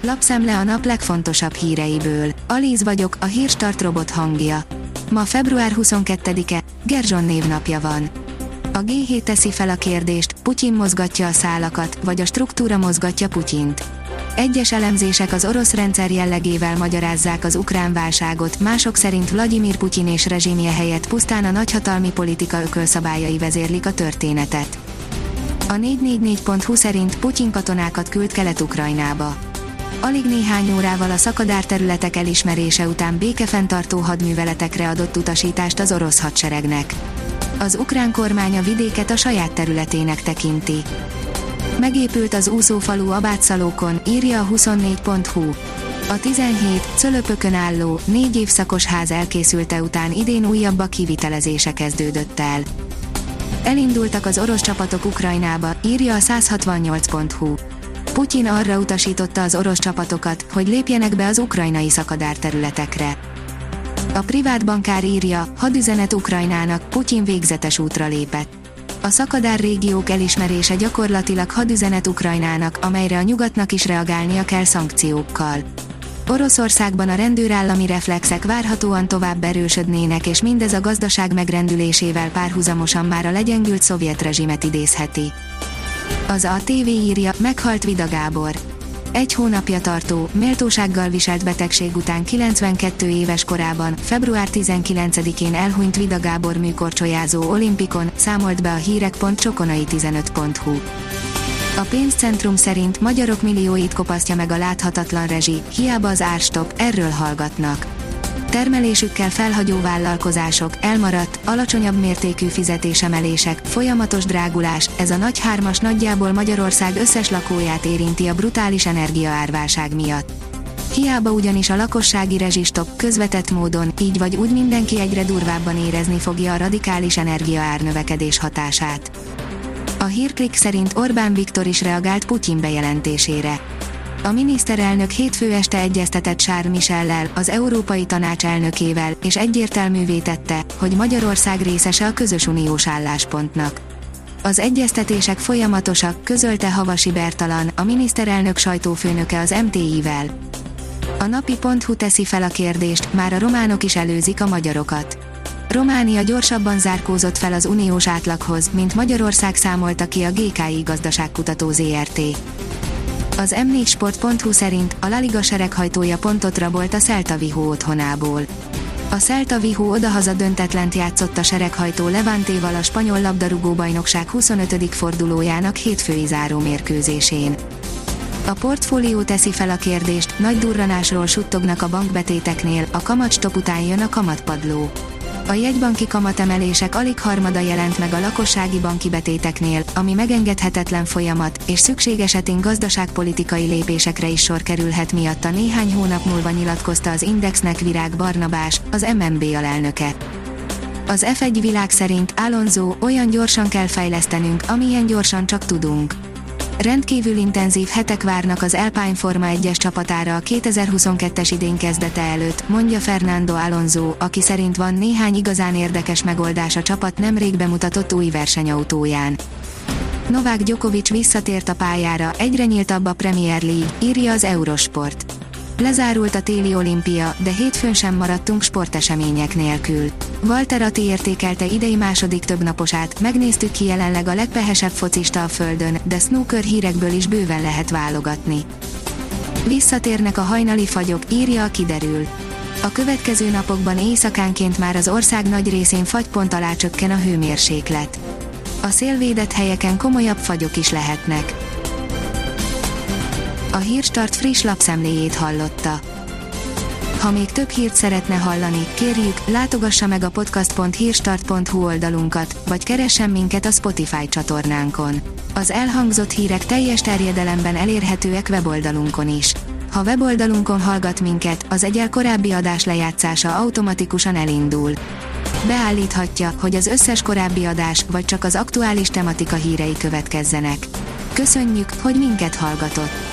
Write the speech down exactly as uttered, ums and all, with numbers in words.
Lapszemle a nap legfontosabb híreiből. Alíz vagyok, a Hírstart robot hangja. Ma február huszonkettedike, Gerzson névnapja van. A gé hét teszi fel a kérdést, Putyin mozgatja a szálakat, vagy a struktúra mozgatja Putyint. Egyes elemzések az orosz rendszer jellegével magyarázzák az ukrán válságot, mások szerint Vladimir Putyin és rezsimje helyett pusztán a nagyhatalmi politika ökölszabályai vezérlik a történetet. A négy négy négy pont hu szerint Putyin katonákat küld Kelet-Ukrajnába. Alig néhány órával a szakadár területek elismerése után békefenntartó hadműveletekre adott utasítást az orosz hadseregnek. Az ukrán kormány a vidéket a saját területének tekinti. Megépült az úszófalu Abátszalókon, írja a huszonnégy pont hu. A tizenhét cölöpökön álló, négy évszakos ház elkészülte után idén újabb kivitelezése kezdődött el. Elindultak az orosz csapatok Ukrajnába, írja a száz hatvannyolc pont hu. Putyin arra utasította az orosz csapatokat, hogy lépjenek be az ukrajnai szakadár területekre. A privát bankár írja, hadüzenet Ukrajnának, Putyin végzetes útra lépett. A szakadár régiók elismerése gyakorlatilag hadüzenet Ukrajnának, amelyre a nyugatnak is reagálnia kell szankciókkal. Oroszországban a rendőrállami reflexek várhatóan tovább erősödnének, és mindez a gazdaság megrendülésével párhuzamosan már a legyengült szovjet rezsimet idézheti. Az á té vé írja, meghalt Vida Gábor. Egy hónapja tartó, méltósággal viselt betegség után kilencvenkét éves korában, február tizenkilencedikén elhunyt Vida Gábor műkorcsolyázó olimpikon, számolt be a hírek pont csokonai tizenöt pont hu. A pénzcentrum szerint magyarok millióit kopasztja meg a láthatatlan rezsi, hiába az árstop, erről hallgatnak. Termelésükkel felhagyó vállalkozások, elmaradt, alacsonyabb mértékű fizetésemelések, folyamatos drágulás, ez a nagy hármas nagyjából Magyarország összes lakóját érinti a brutális energiaárválság miatt. Hiába ugyanis a lakossági rezsistop, közvetett módon, így vagy úgy mindenki egyre durvábban érezni fogja a radikális energiaárnövekedés hatását. A Hírklik szerint Orbán Viktor is reagált Putyin bejelentésére. A miniszterelnök hétfő este egyeztetett Charles Michellel, az Európai Tanács elnökével, és egyértelművé tette, hogy Magyarország részese a közös uniós álláspontnak. Az egyeztetések folyamatosak, közölte Havasi Bertalan, a miniszterelnök sajtófőnöke az em té i-vel. A napi pont hu teszi fel a kérdést, már a románok is előzik a magyarokat. Románia gyorsabban zárkózott fel az uniós átlaghoz, mint Magyarország, számolta ki a gé ká i Gazdaságkutató zé er té. Az em négy sport pont hu szerint a La Liga sereghajtója pontot rabolt a Celta Vigo otthonából. A Celta Vigo odahaza döntetlent játszott a sereghajtó Levantéval a spanyol labdarúgó-bajnokság huszonötödik fordulójának hétfői zárómérkőzésén. A Portfólió teszi fel a kérdést, nagy durranásról suttognak a bankbetéteknél, a kamatstop után jön a kamatpadló. A jegybanki kamatemelések alig harmada jelent meg a lakossági banki betéteknél, ami megengedhetetlen folyamat, és szükség esetén gazdaságpolitikai lépésekre is sor kerülhet miatta néhány hónap múlva, nyilatkozta az Indexnek Virág Barnabás, az em en bé alelnöke. Az ef egy világ szerint Alonso, olyan gyorsan kell fejlesztenünk, amilyen gyorsan csak tudunk. Rendkívül intenzív hetek várnak az Alpine Forma egyes csapatára a kétezer-huszonkettes idény kezdete előtt, mondja Fernando Alonso, aki szerint van néhány igazán érdekes megoldás a csapat nemrég bemutatott új versenyautóján. Novák Djokovic visszatért a pályára, egyre nyíltabb a Premier League, írja az Eurosport. Lezárult a téli olimpia, de hétfőn sem maradtunk sportesemények nélkül. Walter Atti értékelte idei második többnaposát, megnéztük ki jelenleg a legpehesebb focista a földön, de snooker hírekből is bőven lehet válogatni. Visszatérnek a hajnali fagyok, írja a Kiderül. A következő napokban éjszakánként már az ország nagy részén fagypont alá csökken a hőmérséklet. A szélvédett helyeken komolyabb fagyok is lehetnek. A Hírstart friss lapszemléjét hallotta. Ha még több hírt szeretne hallani, kérjük, látogassa meg a podcast pont hírstart pont hu oldalunkat, vagy keressen minket a Spotify csatornánkon. Az elhangzott hírek teljes terjedelemben elérhetőek weboldalunkon is. Ha weboldalunkon hallgat minket, az egyel korábbi adás lejátszása automatikusan elindul. Beállíthatja, hogy az összes korábbi adás, vagy csak az aktuális tematika hírei következzenek. Köszönjük, hogy minket hallgatott!